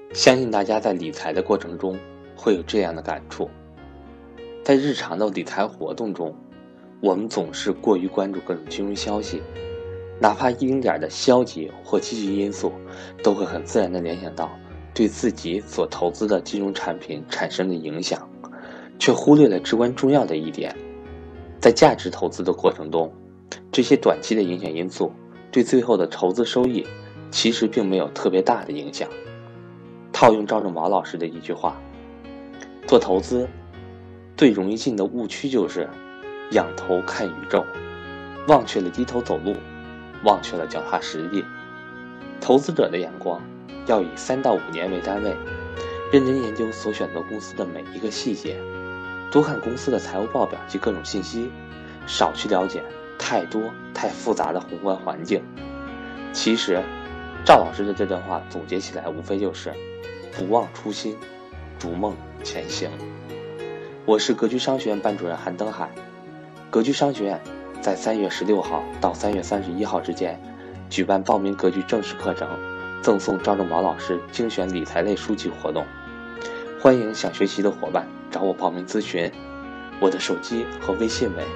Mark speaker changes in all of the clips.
Speaker 1: 相信大家在理财的过程中会有这样的感触，在日常的理财活动中，我们总是过于关注各种金融消息，哪怕一丁点的消极或积极因素，都会很自然地联想到对自己所投资的金融产品产生的影响，却忽略了至关重要的一点，在价值投资的过程中，这些短期的影响因素对最后的投资收益其实并没有特别大的影响。套用赵正宝老师的一句话，做投资最容易进的误区就是仰头看宇宙，忘却了低头走路，忘却了脚踏实地。投资者的眼光要以3到5年为单位，认真研究所选择公司的每一个细节，多看公司的财务报表及各种信息，少去了解太多太复杂的宏观环境。其实赵老师的这段话总结起来无非就是不忘初心，逐梦前行。我是格局商学院班主任韩登海。格局商学院在3月16号到3月31号之间举办报名格局正式课程，赠送赵正宝老师精选理财类书籍活动，欢迎想学习的伙伴找我报名咨询。我的手机和微信为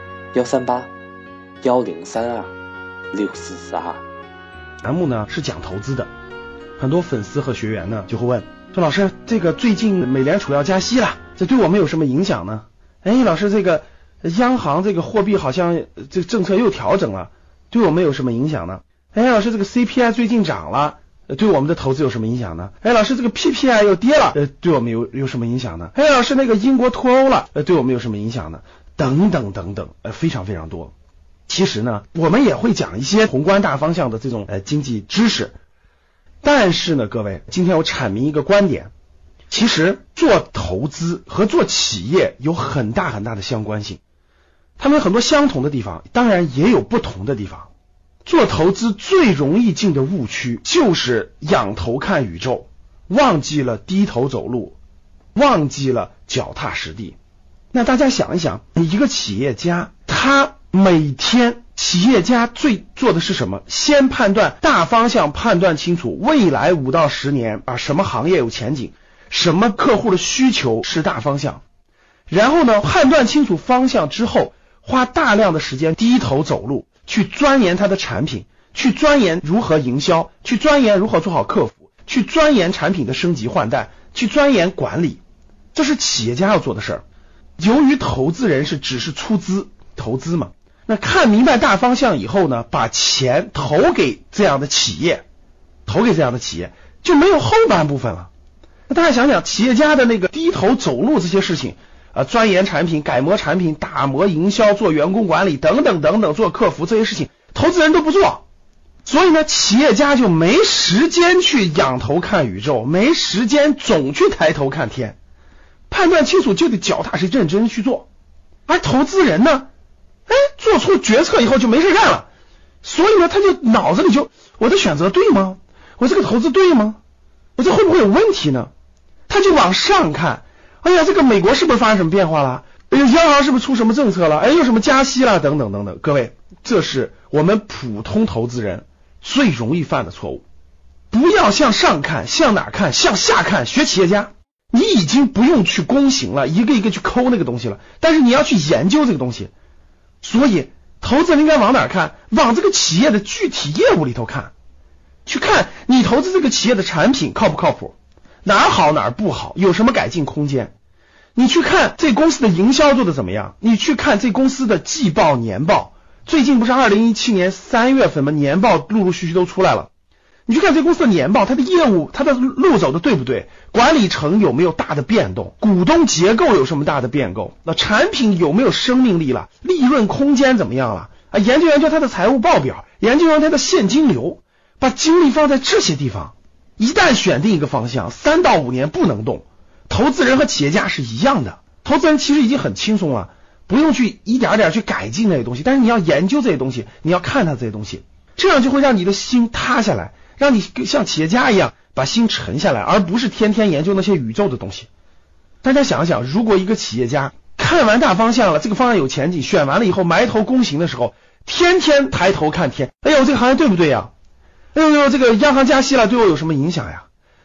Speaker 1: 13810326442。
Speaker 2: 栏目呢是讲投资的，很多粉丝和学员呢就会问说，老师，这个最近美联储要加息了，这对我们有什么影响呢？老师，这个央行这个货币好像这个政策又调整了，对我们有什么影响呢？老师，这个 CPI 最近涨了，对我们的投资有什么影响呢？老师，这个 PPI 又跌了，对我们有什么影响呢？老师，那个英国脱欧了，对我们有什么影响呢？等等等等，非常非常多。其实呢，我们也会讲一些宏观大方向的这种经济知识，但是呢，各位，今天我阐明一个观点，其实做投资和做企业有很大很大的相关性，他们有很多相同的地方，当然也有不同的地方。做投资最容易进的误区就是仰头看宇宙，忘记了低头走路，忘记了脚踏实地。那大家想一想，一个企业家，他每天企业家最做的是什么？先判断大方向，判断清楚未来5到10年什么行业有前景，什么客户的需求是大方向，然后呢，判断清楚方向之后，花大量的时间低头走路，去钻研他的产品，去钻研如何营销，去钻研如何做好客服，去钻研产品的升级换代，去钻研管理，这是企业家要做的事儿。由于投资人只是出资投资嘛，那看明白大方向以后呢，把钱投给这样的企业，就没有后半部分了。那大家想想，企业家的那个低头走路这些事情钻研产品，改模产品，打磨营销，做员工管理等等等等，做客服，这些事情投资人都不做，所以呢，企业家就没时间去仰头看宇宙，没时间总去抬头看天，判断清楚就得脚踏实地认真去做。而投资人呢，做出决策以后就没事干了，所以呢，他就脑子里我的选择对吗？我这个投资对吗？我这会不会有问题呢？他就往上看，这个美国是不是发生什么变化了？央行是不是出什么政策了？有什么加息了？等等等等。各位，这是我们普通投资人最容易犯的错误。不要向上看，向哪看？向下看，学企业家。你已经不用去躬行了，一个一个去抠那个东西了，但是你要去研究这个东西。所以投资人应该往哪看？往这个企业的具体业务里头看，去看你投资这个企业的产品靠不靠谱，哪儿好哪儿不好，有什么改进空间。你去看这公司的营销做的怎么样，你去看这公司的季报年报，最近不是2017年3月份吗？年报陆陆续续都出来了，你去看这公司的年报，它的业务，它的路走的对不对，管理层有没有大的变动，股东结构有什么大的变动，那产品有没有生命力了，利润空间怎么样了研究研究它的财务报表，研究研究它的现金流，把精力放在这些地方。一旦选定一个方向，3到5年不能动。投资人和企业家是一样的，投资人其实已经很轻松了，不用去一点点去改进那些东西，但是你要研究这些东西，你要看它这些东西，这样就会让你的心塌下来，让你像企业家一样把心沉下来，而不是天天研究那些宇宙的东西。大家想想，如果一个企业家看完大方向了，这个方向有前景，选完了以后埋头躬行的时候，天天抬头看天，这个行业对不对呀？这个央行加息了，对我有什么影响呀？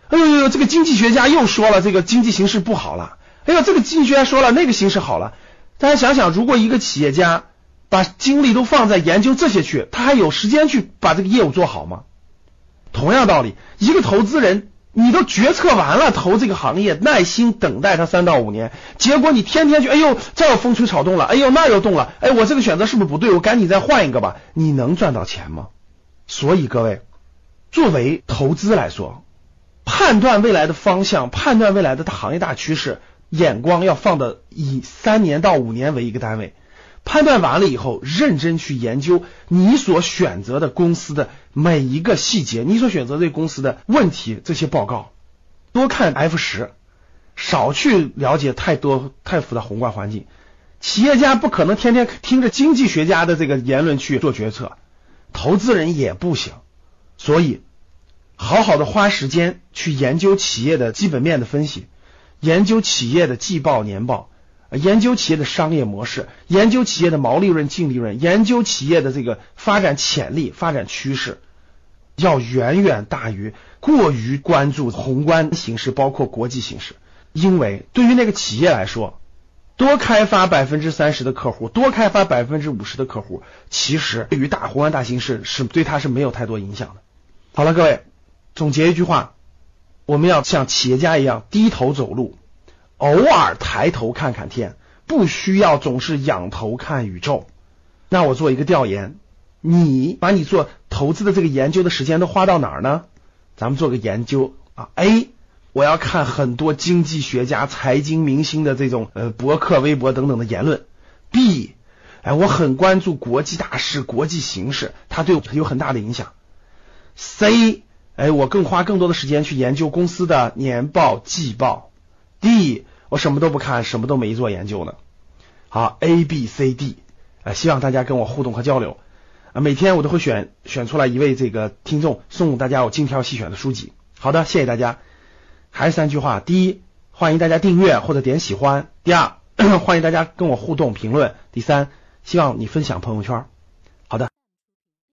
Speaker 2: 哎呦，这个经济学家又说了这个经济形势不好了，哎呦，这个经济学家说了那个形势好了。大家想想，如果一个企业家把精力都放在研究这些去，他还有时间去把这个业务做好吗？同样道理，一个投资人，你都决策完了投这个行业，耐心等待它3到5年，结果你天天去，哎呦，这又风吹草动了，哎呦，那又动了，哎，我这个选择是不是不对？我赶紧再换一个吧。你能赚到钱吗？所以各位，作为投资来说，判断未来的方向，判断未来的行业大趋势，眼光要放的以3年到5年为一个单位。判断完了以后，认真去研究你所选择的公司的每一个细节，你所选择这个公司的问题，这些报告多看 F10， 少去了解太多太复杂宏观环境。企业家不可能天天听着经济学家的这个言论去做决策，投资人也不行。所以好好的花时间去研究企业的基本面的分析，研究企业的季报年报，研究企业的商业模式，研究企业的毛利润净利润，研究企业的这个发展潜力发展趋势，要远远大于过于关注宏观形势包括国际形势。因为对于那个企业来说，多开发 30% 的客户，多开发 50% 的客户，其实对于大宏观大形势是对它是没有太多影响的。好了，各位，总结一句话，我们要像企业家一样低头走路，偶尔抬头看看天，不需要总是仰头看宇宙。那我做一个调研，你把你做投资的这个研究的时间都花到哪儿呢？咱们做个研究啊。A， 我要看很多经济学家、财经明星的这种博客、微博等等的言论。B， 我很关注国际大事、国际形势，它对我有很大的影响。C， 我花更多的时间去研究公司的年报、季报。D， 我什么都不看，什么都没做研究呢。好 ，A B C D， 希望大家跟我互动和交流。每天我都会选出来一位这个听众，送大家我精挑细选的书籍。好的，谢谢大家。还是3句话：第一，欢迎大家订阅或者点喜欢；第二，欢迎大家跟我互动评论；第三，希望你分享朋友圈。